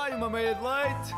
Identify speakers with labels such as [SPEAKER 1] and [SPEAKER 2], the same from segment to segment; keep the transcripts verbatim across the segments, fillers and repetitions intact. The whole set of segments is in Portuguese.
[SPEAKER 1] café e uma meia de leite.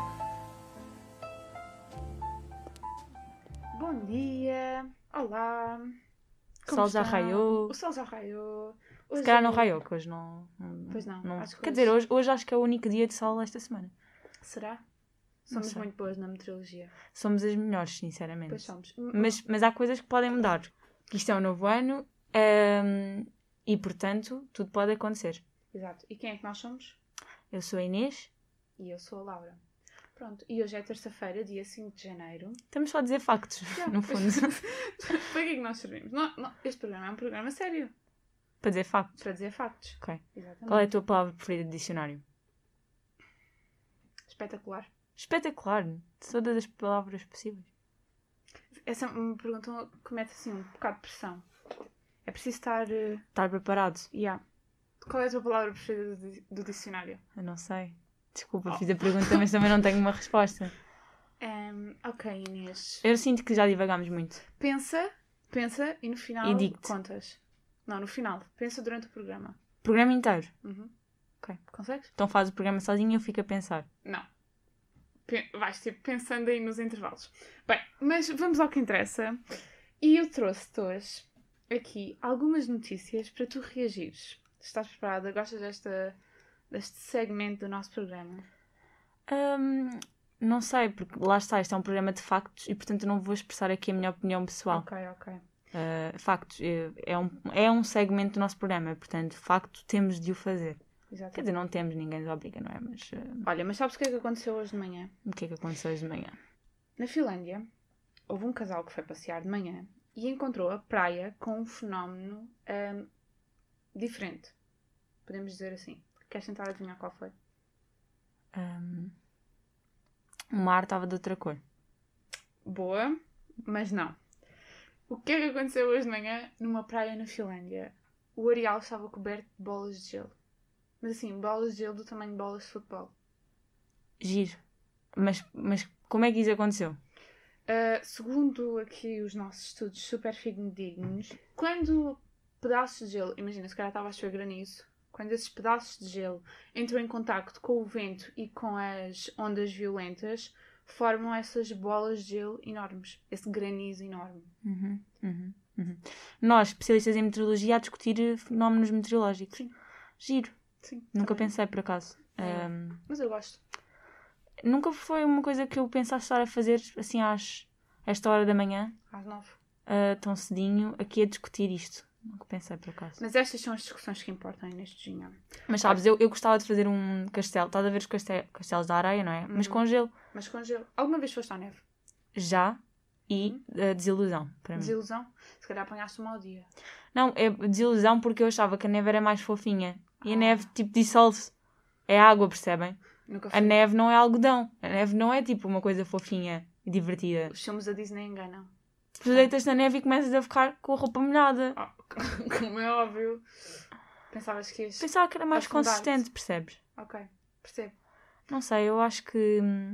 [SPEAKER 2] Bom dia, olá.
[SPEAKER 3] O sol já
[SPEAKER 2] estão?
[SPEAKER 3] raiou.
[SPEAKER 2] O sol já raiou.
[SPEAKER 3] Se
[SPEAKER 2] Hoje
[SPEAKER 3] calhar não
[SPEAKER 2] é-
[SPEAKER 3] raiou, que hoje não... não
[SPEAKER 2] Pois não, acho que
[SPEAKER 3] Quer
[SPEAKER 2] hoje-
[SPEAKER 3] dizer, hoje, hoje acho que é o único dia de sol esta semana.
[SPEAKER 2] Será?
[SPEAKER 3] Não
[SPEAKER 2] Somos
[SPEAKER 3] sei.
[SPEAKER 2] muito boas na meteorologia.
[SPEAKER 3] Somos as melhores, sinceramente.
[SPEAKER 2] Pois somos.
[SPEAKER 3] Mas, mas há coisas que podem mudar. Que isto é um novo ano hum, e, portanto, tudo pode acontecer.
[SPEAKER 2] Exato. E quem é que nós somos?
[SPEAKER 3] Eu sou a Inês.
[SPEAKER 2] E eu sou a Laura. Pronto. E hoje é terça-feira, dia cinco de janeiro.
[SPEAKER 3] Estamos só a dizer factos,
[SPEAKER 2] Já,
[SPEAKER 3] no
[SPEAKER 2] pois-
[SPEAKER 3] fundo.
[SPEAKER 2] Para que é que nós servimos? Não, não, este programa é um programa sério.
[SPEAKER 3] Para dizer factos.
[SPEAKER 2] Para dizer factos.
[SPEAKER 3] Ok.
[SPEAKER 2] Exatamente.
[SPEAKER 3] Qual é a tua palavra preferida de dicionário?
[SPEAKER 2] Espetacular.
[SPEAKER 3] Espetacular. De todas as palavras possíveis.
[SPEAKER 2] Essa é uma pergunta que mete assim um bocado de pressão. É preciso estar... eh,
[SPEAKER 3] Estar preparado?
[SPEAKER 2] Yeah. Qual é a tua palavra preferida do, di- do dicionário?
[SPEAKER 3] Eu não sei. Desculpa,
[SPEAKER 2] Oh.
[SPEAKER 3] fiz a pergunta, mas também não tenho uma resposta.
[SPEAKER 2] Um, ok, Inês.
[SPEAKER 3] Eu sinto que já divagámos muito.
[SPEAKER 2] Pensa, pensa e no final
[SPEAKER 3] E digo-te.
[SPEAKER 2] contas. Não, no final. Pensa durante o programa.
[SPEAKER 3] Programa inteiro.
[SPEAKER 2] Uhum.
[SPEAKER 3] Ok.
[SPEAKER 2] Consegues?
[SPEAKER 3] Então faz o programa sozinho e eu fico a pensar.
[SPEAKER 2] Não. Pe- vais tipo pensando aí nos intervalos. Bem, mas vamos ao que interessa. E eu trouxe-te hoje aqui algumas notícias para tu reagires. Estás preparada? Gostas desta, deste segmento do nosso programa?
[SPEAKER 3] Hum, não sei, porque lá está, isto é um programa de factos e portanto eu não vou expressar aqui a minha opinião pessoal.
[SPEAKER 2] Ok, ok.
[SPEAKER 3] Uh, factos, é, é, um, é um segmento do nosso programa, portanto, facto, temos de o fazer.
[SPEAKER 2] Exato.
[SPEAKER 3] Quer dizer, não temos, ninguém nos obriga, não é? Mas uh,
[SPEAKER 2] Olha, mas sabes o que é que aconteceu hoje de manhã?
[SPEAKER 3] o que é que aconteceu hoje de manhã?
[SPEAKER 2] Na Finlândia, houve um casal que foi passear de manhã e encontrou a praia com um fenómeno ahm, diferente. Podemos dizer assim. Queres tentar adivinhar qual foi?
[SPEAKER 3] Um, o mar estava de outra cor.
[SPEAKER 2] Boa, mas não. O que é que aconteceu hoje de manhã numa praia na Finlândia? O areal estava coberto de bolas de gelo. Mas assim, bolas de gelo do tamanho de bolas de futebol.
[SPEAKER 3] Giro. Mas, mas como é que isso aconteceu?
[SPEAKER 2] Uh, segundo aqui os nossos estudos super fidedignos, quando pedaços de gelo, imagina, se calhar estava a chover granizo, quando esses pedaços de gelo entram em contacto com o vento e com as ondas violentas, formam essas bolas de gelo enormes, esse granizo enorme.
[SPEAKER 3] Uhum, uhum, uhum. Nós, especialistas em meteorologia, a discutir fenómenos meteorológicos.
[SPEAKER 2] Sim.
[SPEAKER 3] Giro.
[SPEAKER 2] Sim,
[SPEAKER 3] Nunca
[SPEAKER 2] também.
[SPEAKER 3] pensei, por acaso.
[SPEAKER 2] É.
[SPEAKER 3] Um,
[SPEAKER 2] Mas eu gosto.
[SPEAKER 3] nunca foi uma coisa que eu pensasse estar a fazer assim às esta hora da manhã,
[SPEAKER 2] Às nove.
[SPEAKER 3] uh, tão cedinho, aqui a discutir isto. Nunca pensei, por acaso.
[SPEAKER 2] Mas estas são as discussões que importam neste dinheiro.
[SPEAKER 3] Mas sabes, eu, eu gostava de fazer um castelo. Estás a ver os castel- castelos da areia, não é? Mas
[SPEAKER 2] Uhum.
[SPEAKER 3] com gelo.
[SPEAKER 2] Mas com gelo. Alguma vez foste à neve?
[SPEAKER 3] Já. E uh, desilusão, para mim.
[SPEAKER 2] Desilusão? Se calhar apanhaste uma ao dia.
[SPEAKER 3] Não, é desilusão porque eu achava que a neve era mais fofinha. E a
[SPEAKER 2] Ah.
[SPEAKER 3] neve, tipo, dissolve-se. É água, percebem?
[SPEAKER 2] Nunca
[SPEAKER 3] A
[SPEAKER 2] fui.
[SPEAKER 3] neve não é algodão. A neve não é, tipo, uma coisa fofinha e divertida.
[SPEAKER 2] Os filmes da Disney enganam.
[SPEAKER 3] Tu deitas na neve e começas a ficar com a roupa molhada.
[SPEAKER 2] Ah, como é óbvio. Pensavas que ias...
[SPEAKER 3] Pensava que era mais
[SPEAKER 2] Afundar-te.
[SPEAKER 3] consistente, percebes?
[SPEAKER 2] Ok, percebo.
[SPEAKER 3] Não sei, eu acho que hum,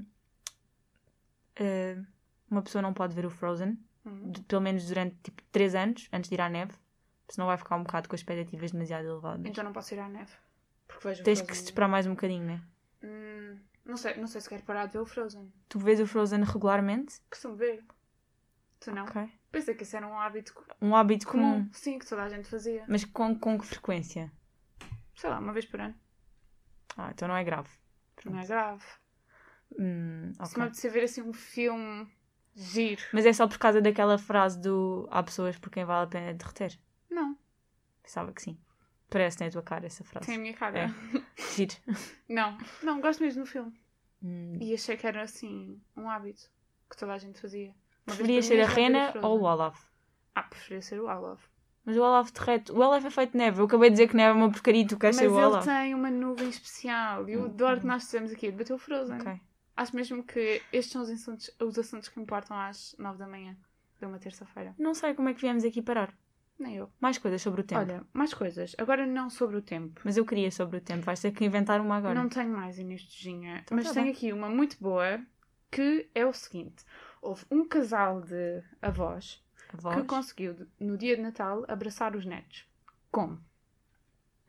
[SPEAKER 3] uh, uma pessoa não pode ver o Frozen,
[SPEAKER 2] Hum.
[SPEAKER 3] de- pelo menos durante tipo três anos, antes de ir à neve, senão vai ficar um bocado com as expectativas demasiado elevadas.
[SPEAKER 2] Então não posso ir à neve. Porque vejo o
[SPEAKER 3] Tens que
[SPEAKER 2] Frozen.
[SPEAKER 3] se esperar mais um bocadinho, né?
[SPEAKER 2] Hum, não, sei, não sei se quero parar de ver o Frozen.
[SPEAKER 3] Tu vês o Frozen regularmente?
[SPEAKER 2] Costumo ver. Tu não?
[SPEAKER 3] Ok.
[SPEAKER 2] Pensei que isso era um hábito co-
[SPEAKER 3] Um hábito
[SPEAKER 2] comum.
[SPEAKER 3] comum.
[SPEAKER 2] Sim, que toda a gente fazia.
[SPEAKER 3] Mas com, com que frequência?
[SPEAKER 2] Sei lá, uma vez por ano.
[SPEAKER 3] Ah, então não é grave.
[SPEAKER 2] Não é grave.
[SPEAKER 3] Hum,
[SPEAKER 2] Se me
[SPEAKER 3] ok.
[SPEAKER 2] apetecer ver assim um filme giro.
[SPEAKER 3] Mas é só por causa daquela frase do há pessoas por quem vale a pena derreter?
[SPEAKER 2] Não,
[SPEAKER 3] Pensava que sim. Parece na tua cara essa frase.
[SPEAKER 2] tem a minha cara.
[SPEAKER 3] É. Giro.
[SPEAKER 2] Não, não, gosto mesmo do filme.
[SPEAKER 3] Hum.
[SPEAKER 2] E achei que era assim, um hábito que toda a gente fazia. Uma vez
[SPEAKER 3] Preferias
[SPEAKER 2] por
[SPEAKER 3] ser
[SPEAKER 2] mês
[SPEAKER 3] a
[SPEAKER 2] vai ver
[SPEAKER 3] Rena
[SPEAKER 2] Frozen.
[SPEAKER 3] ou o Olaf?
[SPEAKER 2] Ah, preferia ser o Olaf.
[SPEAKER 3] Mas o Olaf derrete. O Olaf é feito de neve. Eu acabei de dizer que neve é uma porcaria e tu queres
[SPEAKER 2] Mas
[SPEAKER 3] ser o
[SPEAKER 2] ele
[SPEAKER 3] Olaf.
[SPEAKER 2] tem uma nuvem especial. E eu adoro que nós estejamos aqui a debater o Frozen.
[SPEAKER 3] Ok.
[SPEAKER 2] Acho mesmo que estes são os assuntos, os assuntos que importam às nove da manhã de uma terça-feira.
[SPEAKER 3] Não sei como é que viemos aqui parar.
[SPEAKER 2] Nem eu.
[SPEAKER 3] Mais coisas sobre o tempo.
[SPEAKER 2] Olha, mais coisas. Agora não sobre o tempo.
[SPEAKER 3] Mas eu queria sobre o tempo. Vais ter que inventar uma agora.
[SPEAKER 2] Não tenho mais Inês de Ginha.
[SPEAKER 3] Então
[SPEAKER 2] Mas
[SPEAKER 3] tá
[SPEAKER 2] tenho
[SPEAKER 3] bem.
[SPEAKER 2] aqui uma muito boa que é o seguinte. Houve um casal de avós
[SPEAKER 3] A voz.
[SPEAKER 2] que conseguiu, no dia de Natal, abraçar os netos. Como?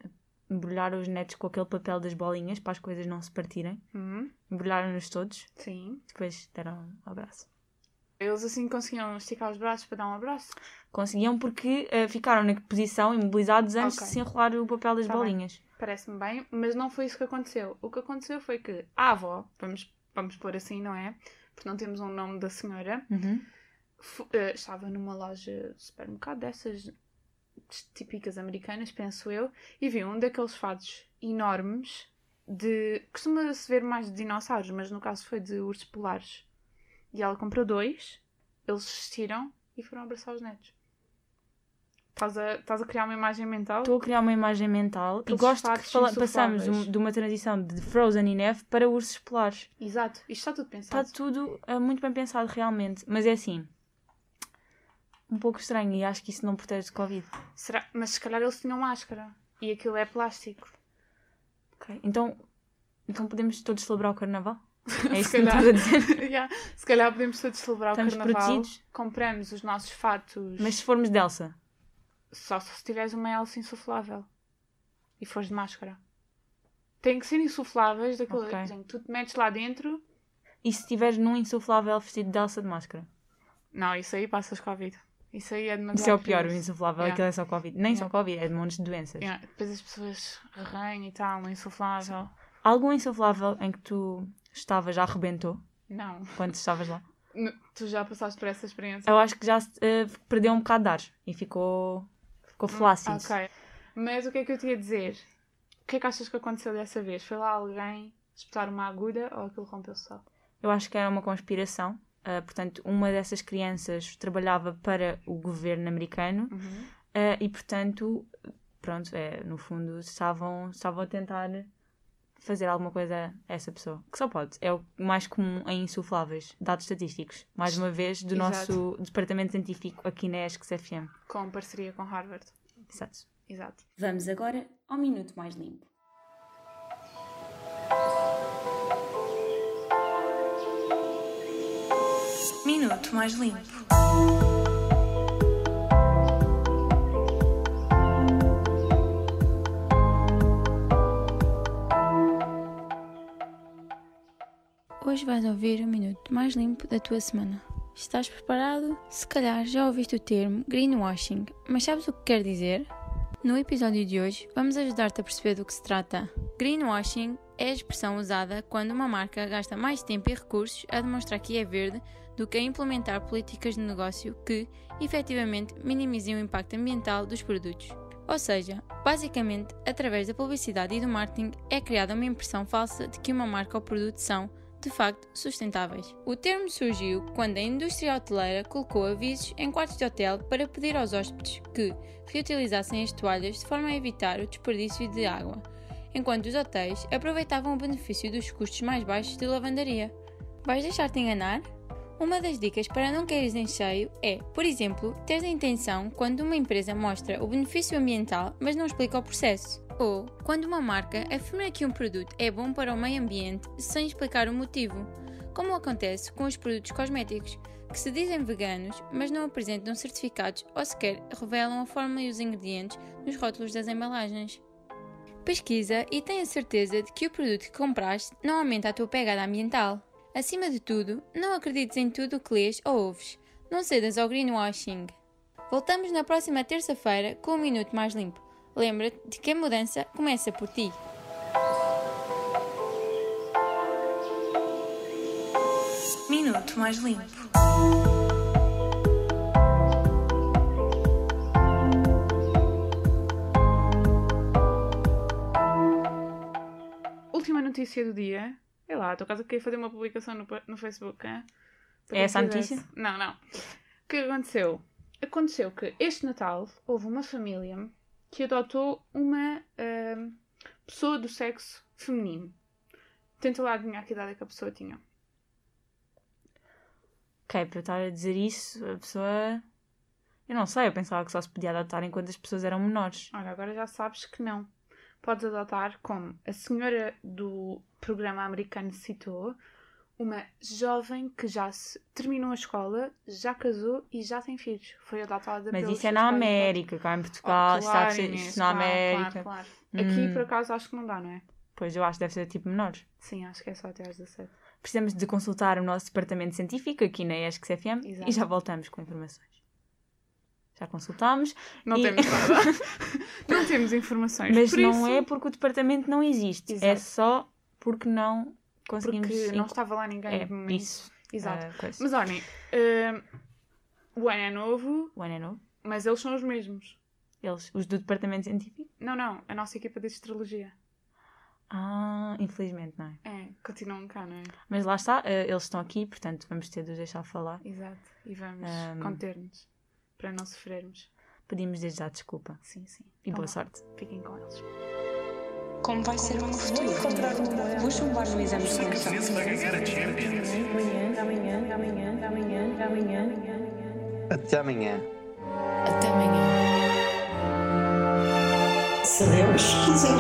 [SPEAKER 3] embrulharam os netos com aquele papel das bolinhas para as coisas não se partirem.
[SPEAKER 2] Hum,
[SPEAKER 3] Embrulharam-nos todos.
[SPEAKER 2] sim.
[SPEAKER 3] Depois deram um abraço.
[SPEAKER 2] Eles assim conseguiam esticar os braços para dar um abraço?
[SPEAKER 3] Conseguiam porque uh, ficaram na posição, imobilizados, antes
[SPEAKER 2] Ok.
[SPEAKER 3] de se enrolar o papel das
[SPEAKER 2] Tá bem.
[SPEAKER 3] bolinhas.
[SPEAKER 2] Parece-me bem, mas não foi isso que aconteceu. O que aconteceu foi que a avó, vamos, vamos pôr assim, não é? Porque não temos um nome da senhora,
[SPEAKER 3] Uhum.
[SPEAKER 2] fu- eh, estava numa loja de supermercado dessas típicas americanas, penso eu, e viu um daqueles fatos enormes de... Costuma-se ver mais de dinossauros, mas no caso foi de ursos polares. E ela comprou dois, eles vestiram e foram abraçar os netos. Estás a, estás a criar uma imagem mental?
[SPEAKER 3] Estou a criar uma imagem mental
[SPEAKER 2] Aqueles
[SPEAKER 3] e gosto que
[SPEAKER 2] fatos
[SPEAKER 3] fala- passamos
[SPEAKER 2] insufláveis.
[SPEAKER 3] um- de uma transição de Frozen e neve para ursos polares.
[SPEAKER 2] Exato, isto está tudo
[SPEAKER 3] Está
[SPEAKER 2] pensado.
[SPEAKER 3] tudo uh, muito bem pensado, realmente. Mas é assim, um pouco estranho e acho que isso não protege de Covid.
[SPEAKER 2] Será? Mas se calhar eles tinham máscara e aquilo é plástico.
[SPEAKER 3] Ok? Então, então podemos todos celebrar o Carnaval? É isso
[SPEAKER 2] Se
[SPEAKER 3] que me
[SPEAKER 2] calhar.
[SPEAKER 3] estás a dizer?
[SPEAKER 2] Yeah. Se calhar podemos todos celebrar
[SPEAKER 3] Estamos
[SPEAKER 2] o carnaval.
[SPEAKER 3] protegidos.
[SPEAKER 2] Compramos os nossos fatos.
[SPEAKER 3] Mas se formos de Elsa,
[SPEAKER 2] Só se tiveres uma Elsa insuflável. E fores de máscara. Tem que ser insufláveis daquele
[SPEAKER 3] Ok.
[SPEAKER 2] desenho. Tu te metes lá dentro.
[SPEAKER 3] e se estiveres num insuflável vestido de Elsa de máscara?
[SPEAKER 2] Não, isso aí passas Covid. Isso aí é demasiado.
[SPEAKER 3] Isso é o pior, o
[SPEAKER 2] perigoso.
[SPEAKER 3] insuflável,
[SPEAKER 2] Yeah.
[SPEAKER 3] aquilo é só Covid. Nem só
[SPEAKER 2] Yeah.
[SPEAKER 3] Covid, é de montes de doenças.
[SPEAKER 2] Yeah. Depois as pessoas arranham e tal, no insuflável.
[SPEAKER 3] Algum insuflável em que tu estavas já arrebentou,
[SPEAKER 2] Não.
[SPEAKER 3] quando estavas lá?
[SPEAKER 2] N- Tu já passaste por essa experiência?
[SPEAKER 3] Eu acho que já eh, perdeu um bocado de ar e ficou, ficou flácido.
[SPEAKER 2] Ok. Mas o que é que eu te ia dizer? O que é que achas que aconteceu dessa vez? Foi lá alguém espetar uma agulha ou aquilo rompeu-se só?
[SPEAKER 3] Eu acho que era uma conspiração. Uh, portanto, uma dessas crianças trabalhava para o governo americano
[SPEAKER 2] Uhum.
[SPEAKER 3] uh, e, portanto, pronto, é, no fundo, estavam, estavam a tentar fazer alguma coisa a essa pessoa. Que só pode. É o mais comum em insufláveis. Dados estatísticos. Mais uma vez, do
[SPEAKER 2] Exato.
[SPEAKER 3] nosso departamento científico aqui na ESC F M.
[SPEAKER 2] Com parceria com Harvard.
[SPEAKER 3] Exato.
[SPEAKER 2] Exato.
[SPEAKER 1] Vamos agora ao Minuto Mais Limpo.
[SPEAKER 3] Minuto mais limpo.
[SPEAKER 1] Hoje vais ouvir o Minuto Mais Limpo da tua semana. Estás preparado? Se calhar já ouviste o termo greenwashing, mas sabes o que quer dizer? No episódio de hoje, vamos ajudar-te a perceber do que se trata. Greenwashing é a expressão usada quando uma marca gasta mais tempo e recursos a demonstrar que é verde do que a implementar políticas de negócio que, efetivamente, minimizem o impacto ambiental dos produtos. Ou seja, basicamente, através da publicidade e do marketing, é criada uma impressão falsa de que uma marca ou produto são, de facto, sustentáveis. O termo surgiu quando a indústria hoteleira colocou avisos em quartos de hotel para pedir aos hóspedes que reutilizassem as toalhas de forma a evitar o desperdício de água, enquanto os hotéis aproveitavam o benefício dos custos mais baixos de lavandaria. Vais deixar-te enganar? Uma das dicas para não caíres em cheio é, por exemplo, ter a intenção quando uma empresa mostra o benefício ambiental, mas não explica o processo. Ou quando uma marca afirma que um produto é bom para o meio ambiente sem explicar o motivo, como acontece com os produtos cosméticos, que se dizem veganos, mas não apresentam certificados ou sequer revelam a fórmula e os ingredientes nos rótulos das embalagens. Pesquisa e tenha certeza de que o produto que compraste não aumenta a tua pegada ambiental. Acima de tudo, não acredites em tudo o que lês ou ouves. Não cedas ao greenwashing. Voltamos na próxima terça-feira com um Minuto Mais Limpo. Lembra-te de que a mudança começa por ti.
[SPEAKER 3] Minuto mais limpo.
[SPEAKER 2] Última notícia do dia. É lá, estou quase a querer fazer uma publicação no, no Facebook. Hein?
[SPEAKER 3] É essa a notícia?
[SPEAKER 2] Não, não. O que aconteceu? Aconteceu que este Natal houve uma família que adotou uma uh, pessoa do sexo feminino. Tenta lá adivinhar que idade é que a pessoa tinha.
[SPEAKER 3] Ok, para eu estar a dizer isso, a pessoa... Eu não sei, eu pensava que só se podia adotar enquanto as pessoas eram menores.
[SPEAKER 2] Olha, agora já sabes que não. Podes adotar como a senhora do programa americano citou, uma jovem que já se terminou a escola, já casou e já tem filhos. Foi adotada
[SPEAKER 3] Mas
[SPEAKER 2] pelos
[SPEAKER 3] isso é
[SPEAKER 2] seus
[SPEAKER 3] na
[SPEAKER 2] pais.
[SPEAKER 3] América, cá em Portugal,
[SPEAKER 2] Oh,
[SPEAKER 3] está a
[SPEAKER 2] claro,
[SPEAKER 3] ser
[SPEAKER 2] Inês,
[SPEAKER 3] isso na
[SPEAKER 2] claro,
[SPEAKER 3] América.
[SPEAKER 2] Claro, claro. Aqui,
[SPEAKER 3] Hum.
[SPEAKER 2] por acaso, acho que não dá, não é?
[SPEAKER 3] Pois eu acho que deve ser tipo menores.
[SPEAKER 2] Sim, acho que é só até às dezassete.
[SPEAKER 3] Precisamos de consultar o nosso departamento científico aqui na E S C F M
[SPEAKER 2] Exato.
[SPEAKER 3] e já voltamos com informações. Já consultámos.
[SPEAKER 2] Não
[SPEAKER 3] e...
[SPEAKER 2] temos nada. Não temos informações.
[SPEAKER 3] Mas
[SPEAKER 2] por
[SPEAKER 3] não
[SPEAKER 2] isso...
[SPEAKER 3] é porque o departamento não existe.
[SPEAKER 2] Exato.
[SPEAKER 3] É só porque não conseguimos...
[SPEAKER 2] Porque não
[SPEAKER 3] enco-
[SPEAKER 2] estava lá ninguém
[SPEAKER 3] É,
[SPEAKER 2] de momento.
[SPEAKER 3] isso.
[SPEAKER 2] Exato.
[SPEAKER 3] Ah, coisa.
[SPEAKER 2] Mas olhem, hum, o ano é novo,
[SPEAKER 3] O ano é novo.
[SPEAKER 2] mas eles são os mesmos.
[SPEAKER 3] Eles, os do departamento científico?
[SPEAKER 2] Não, não, a nossa equipa de astrologia.
[SPEAKER 3] Ah, infelizmente não é.
[SPEAKER 2] É, continuam cá, não é?
[SPEAKER 3] Mas lá está, eh, eles estão aqui, portanto vamos ter de os deixar falar.
[SPEAKER 2] Exato. E vamos
[SPEAKER 3] Hum.
[SPEAKER 2] conter-nos para não sofrermos.
[SPEAKER 3] Pedimos desde já desculpa.
[SPEAKER 2] Sim, sim.
[SPEAKER 3] E
[SPEAKER 2] Então
[SPEAKER 3] boa
[SPEAKER 2] vá,
[SPEAKER 3] sorte.
[SPEAKER 2] Fiquem com eles.
[SPEAKER 4] Como vai ser o meu futuro? Vou chumbar no exame de seleção.
[SPEAKER 5] Amanhã, amanhã, amanhã, amanhã, amanhã.
[SPEAKER 6] Até amanhã.
[SPEAKER 1] Até amanhã.
[SPEAKER 4] Se Deus quiser.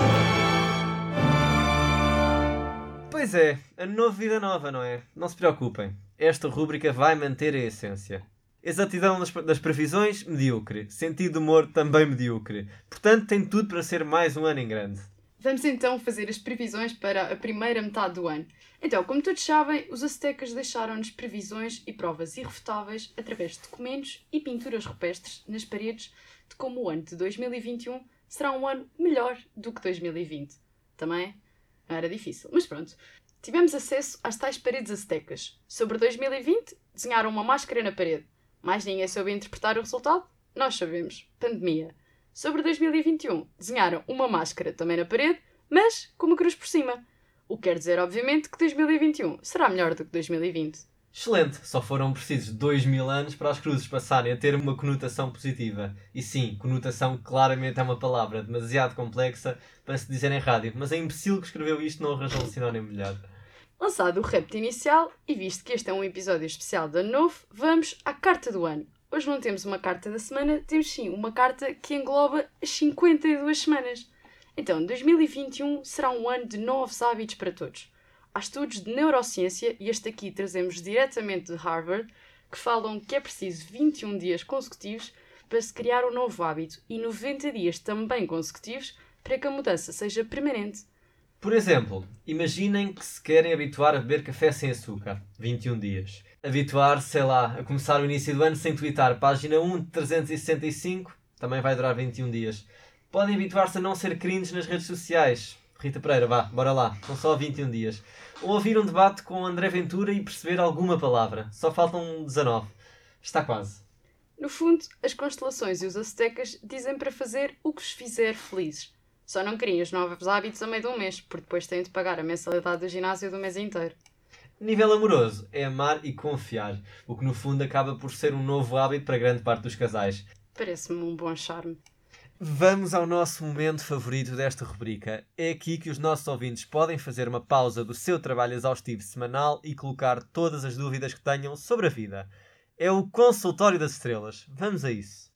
[SPEAKER 7] Pois é, ano novo, vida nova, não é? Não se preocupem, esta rúbrica vai manter a essência. Exatidão das, das previsões, medíocre. Sentido de humor, também medíocre. Portanto, tem tudo para ser mais um ano em grande.
[SPEAKER 8] Vamos então fazer as previsões para a primeira metade do ano. Então, como todos sabem, os aztecas deixaram-nos previsões e provas irrefutáveis através de documentos e pinturas rupestres nas paredes de como o ano de dois mil e vinte e um será um ano melhor do que dois mil e vinte. Também não era difícil, mas pronto. Tivemos acesso às tais paredes aztecas. Sobre dois mil e vinte, desenharam uma máscara na parede. Mais ninguém soube interpretar o resultado? Nós sabemos. Pandemia. Sobre dois mil e vinte e um, desenharam uma máscara também na parede, mas com uma cruz por cima. O que quer dizer, obviamente, que dois mil e vinte e um será melhor do que dois mil e vinte.
[SPEAKER 7] Excelente, só foram precisos dois mil anos para as cruzes passarem a ter uma conotação positiva. E sim, conotação claramente é uma palavra demasiado complexa para se dizer em rádio, mas a imbecil que escreveu isto não arranjou um sinónimo melhor.
[SPEAKER 8] Lançado o repto inicial, e visto que este é um episódio especial de Ano Novo, vamos à carta do ano. Hoje não temos uma carta da semana, temos sim uma carta que engloba as cinquenta e duas semanas. Então, dois mil e vinte e um será um ano de novos hábitos para todos. Há estudos de neurociência, e este aqui trazemos diretamente de Harvard, que falam que é preciso vinte e um dias consecutivos para se criar um novo hábito e noventa dias também consecutivos para que a mudança seja permanente.
[SPEAKER 7] Por exemplo, imaginem que se querem habituar a beber café sem açúcar. vinte e um dias. Habituar, sei lá, a começar o início do ano sem twittar. Página um de trezentos e sessenta e cinco, também vai durar vinte e um dias. Podem habituar-se a não ser cringe nas redes sociais. Rita Pereira, vá, bora lá. São só vinte e um dias. Ou ouvir um debate com André Ventura e perceber alguma palavra. Só faltam dezanove. Está quase.
[SPEAKER 8] No fundo, as constelações e os aztecas dizem para fazer o que os fizer felizes. Só não criem os novos hábitos a meio de um mês, porque depois têm de pagar a mensalidade do ginásio do mês inteiro.
[SPEAKER 7] Nível amoroso é amar e confiar, o que no fundo acaba por ser um novo hábito para grande parte dos casais.
[SPEAKER 8] Parece-me um bom charme.
[SPEAKER 7] Vamos ao nosso momento favorito desta rubrica. É aqui que os nossos ouvintes podem fazer uma pausa do seu trabalho exaustivo semanal e colocar todas as dúvidas que tenham sobre a vida. É o Consultório das Estrelas. Vamos a isso.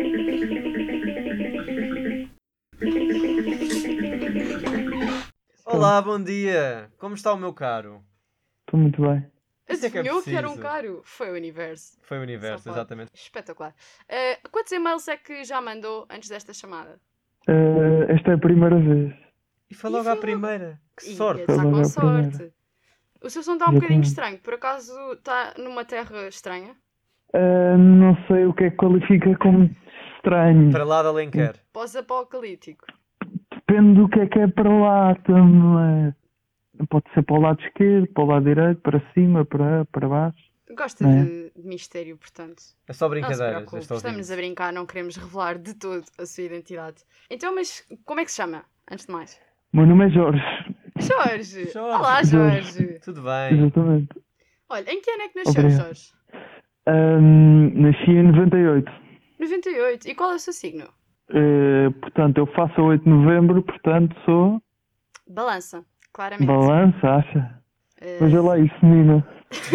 [SPEAKER 7] Olá, bom dia. Como está o meu caro?
[SPEAKER 5] Estou muito bem.
[SPEAKER 7] Isso é que é
[SPEAKER 8] Adivinhou que era um
[SPEAKER 7] preciso.
[SPEAKER 8] caro? Foi o universo.
[SPEAKER 7] Foi o universo,
[SPEAKER 8] Só pode.
[SPEAKER 7] exatamente.
[SPEAKER 8] Espetacular. Uh, quantos e-mails é que já mandou antes desta chamada?
[SPEAKER 5] Eh, esta é a primeira vez.
[SPEAKER 7] E foi logo
[SPEAKER 8] foi
[SPEAKER 7] à
[SPEAKER 8] logo.
[SPEAKER 7] primeira. Que
[SPEAKER 8] Ih,
[SPEAKER 7] sorte.
[SPEAKER 8] está
[SPEAKER 5] Foi
[SPEAKER 8] com
[SPEAKER 5] logo a
[SPEAKER 8] sorte.
[SPEAKER 5] primeira.
[SPEAKER 8] O seu som está um bocadinho
[SPEAKER 5] Exatamente.
[SPEAKER 8] estranho. Por acaso está numa terra estranha?
[SPEAKER 5] Eh, não sei o que é que qualifica como estranho.
[SPEAKER 7] Para lá de Alenquer.
[SPEAKER 8] Pós-apocalíptico.
[SPEAKER 5] Depende do que é que é para lá também. Pode ser para o lado esquerdo, para o lado direito, para cima, para, para baixo.
[SPEAKER 8] Gosta
[SPEAKER 5] É.
[SPEAKER 8] de, de mistério, portanto.
[SPEAKER 7] É só
[SPEAKER 8] Não se
[SPEAKER 7] brincadeiras.
[SPEAKER 8] preocupe,
[SPEAKER 7] este ouvinte.
[SPEAKER 8] estamos a brincar, não queremos revelar de todo a sua identidade. Então, mas como é que se chama, antes de mais?
[SPEAKER 5] O meu nome é Jorge.
[SPEAKER 8] Jorge!
[SPEAKER 7] Jorge.
[SPEAKER 8] Olá, Jorge!
[SPEAKER 7] Tudo bem.
[SPEAKER 5] Exatamente.
[SPEAKER 8] Olha, em que ano é que nasceu,
[SPEAKER 5] Obrigado.
[SPEAKER 8] Jorge?
[SPEAKER 5] Ahm, nasci em noventa e oito.
[SPEAKER 8] noventa e oito. E qual é o seu signo?
[SPEAKER 5] Eh, portanto, eu faço a oito de novembro, portanto sou
[SPEAKER 8] Balança, claramente.
[SPEAKER 5] balança, acha?
[SPEAKER 8] Eh,
[SPEAKER 5] Veja lá isso, menina.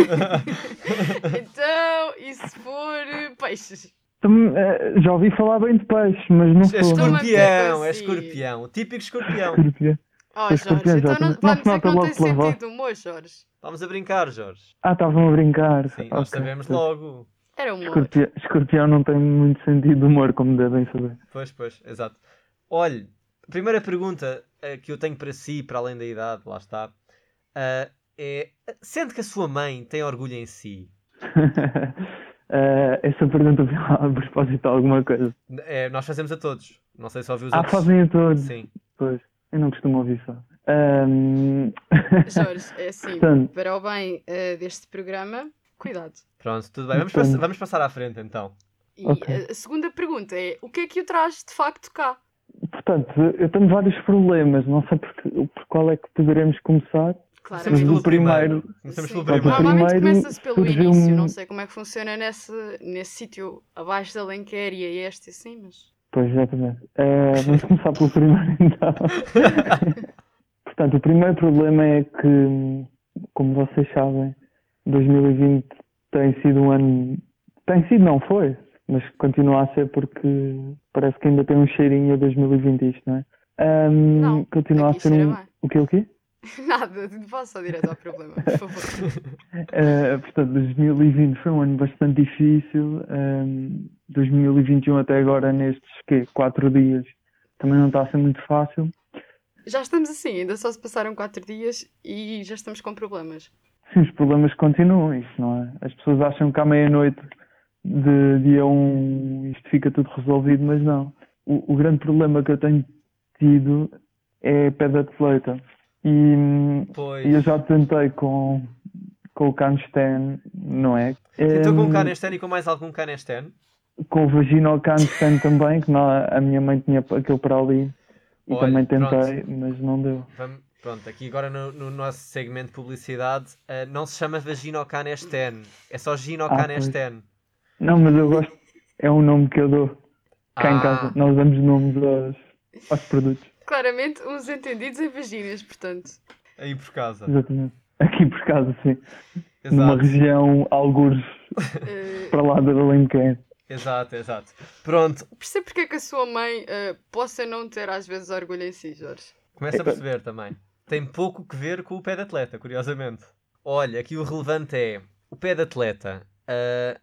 [SPEAKER 8] Então, e se for eh, peixes?
[SPEAKER 5] Tam- eh, já ouvi falar bem de peixe, mas não
[SPEAKER 7] É
[SPEAKER 5] sou.
[SPEAKER 8] Estou-me a
[SPEAKER 7] escorpião, é
[SPEAKER 8] meter consigo.
[SPEAKER 7] escorpião. O típico escorpião.
[SPEAKER 5] Escorpião.
[SPEAKER 8] Oh,
[SPEAKER 5] Os
[SPEAKER 8] Jorge,
[SPEAKER 5] escorpiões
[SPEAKER 8] então
[SPEAKER 5] já
[SPEAKER 8] não,
[SPEAKER 5] também-
[SPEAKER 8] vai
[SPEAKER 5] não se
[SPEAKER 8] dizer que
[SPEAKER 5] nota
[SPEAKER 8] não
[SPEAKER 5] logo
[SPEAKER 8] tem
[SPEAKER 5] pela voz.
[SPEAKER 8] sentido de humor, Jorge.
[SPEAKER 7] Vamos a brincar, Jorge.
[SPEAKER 5] Ah, estavam a brincar.
[SPEAKER 7] Sim, nós
[SPEAKER 5] Ok.
[SPEAKER 7] sabemos logo.
[SPEAKER 8] Era humor.
[SPEAKER 5] Escorpião, escorpião não tem muito sentido de humor, como devem saber.
[SPEAKER 7] Pois, pois, exato. Olhe, a primeira pergunta eh, que eu tenho para si, para além da idade, lá está, eh, é: sente que a sua mãe tem orgulho em si?
[SPEAKER 5] Eh, essa pergunta foi a propósito de alguma coisa.
[SPEAKER 7] É, nós fazemos a todos. Não sei se ouviu os
[SPEAKER 5] Ah,
[SPEAKER 7] outros.
[SPEAKER 5] fazem a todos.
[SPEAKER 7] Sim.
[SPEAKER 5] Pois, eu não costumo ouvir só. Ahm,
[SPEAKER 8] Jorge, é assim,
[SPEAKER 5] Portanto-
[SPEAKER 8] para o bem eh, deste programa, cuidado.
[SPEAKER 7] Pronto, tudo bem. Vamos,
[SPEAKER 5] Portanto-
[SPEAKER 7] pass- vamos passar à frente então.
[SPEAKER 8] E
[SPEAKER 5] Ok.
[SPEAKER 8] a, a segunda pergunta é, o que é que o traz de facto cá?
[SPEAKER 5] Portanto, eu tenho vários problemas, não sei por, que- por qual é que poderemos começar.
[SPEAKER 8] Claramente.
[SPEAKER 7] Começamos
[SPEAKER 5] Mas
[SPEAKER 7] pelo
[SPEAKER 5] o primeiro-
[SPEAKER 7] primeiro. Começamos
[SPEAKER 8] Sim.
[SPEAKER 7] pelo
[SPEAKER 5] Mas o
[SPEAKER 7] primeiro.
[SPEAKER 8] Normalmente
[SPEAKER 5] primeiro
[SPEAKER 8] começa-se pelo
[SPEAKER 5] surgiu
[SPEAKER 8] início,
[SPEAKER 5] um-
[SPEAKER 8] não sei como é que funciona nesse, nesse sítio abaixo da Lenquer e a este assim, mas...
[SPEAKER 5] Pois, exatamente. Eh, vamos começar pelo primeiro, então. Portanto, o primeiro problema é que, como vocês sabem, dois mil e vinte tem sido um ano... Tem sido, não foi, mas continua a ser porque parece que ainda tem um cheirinho a dois mil e vinte isto, não é? Ahm,
[SPEAKER 8] Não,
[SPEAKER 5] continua a
[SPEAKER 8] aqui
[SPEAKER 5] ser
[SPEAKER 8] cheira
[SPEAKER 5] um...
[SPEAKER 8] bem.
[SPEAKER 5] O quê, o quê?
[SPEAKER 8] Nada, vá só direto ao problema, por favor.
[SPEAKER 5] Eh, portanto, dois mil e vinte foi um ano bastante difícil. Um, dois mil e vinte e um até agora, nestes quê, quatro dias, também não está a ser muito fácil.
[SPEAKER 8] Já estamos assim, ainda só se passaram quatro dias e já estamos com problemas.
[SPEAKER 5] Sim, os problemas continuam, isso, não é? As pessoas acham que à meia-noite de dia um isto fica tudo resolvido, mas não. O, o grande problema que eu tenho tido é pé de atleta. E,
[SPEAKER 7] Pois.
[SPEAKER 5] e eu já tentei com, com o Cansten, não é?
[SPEAKER 7] Tentou com
[SPEAKER 5] Em-
[SPEAKER 7] o Canesten e com mais algum Canesten?
[SPEAKER 5] Com o vaginal Cansten também, que não, a minha mãe tinha aquele para ali. E
[SPEAKER 7] Olha,
[SPEAKER 5] também tentei,
[SPEAKER 7] pronto.
[SPEAKER 5] mas não deu.
[SPEAKER 7] Vamos, pronto, aqui agora no, no nosso segmento de publicidade, eh, não se chama Vaginocanesten, é só Ginocanesten.
[SPEAKER 5] Não, mas eu gosto. É um nome que eu dou cá em
[SPEAKER 7] Ah.
[SPEAKER 5] casa. Nós damos nomes aos, aos produtos.
[SPEAKER 8] Claramente, uns entendidos em vaginas, portanto.
[SPEAKER 7] Aí por casa.
[SPEAKER 5] Exatamente. Aqui por casa, sim. Numa
[SPEAKER 7] Exato,
[SPEAKER 5] região, algures
[SPEAKER 8] eh,
[SPEAKER 5] para lá da Alenquer.
[SPEAKER 7] exato, exato. Pronto,
[SPEAKER 8] percebo porque é que a sua mãe eh, possa não ter às vezes orgulho em si, Jorge.
[SPEAKER 7] começa a perceber também. Tem pouco que ver com o pé de atleta, curiosamente. Olha, aqui o relevante é o pé de atleta. ah,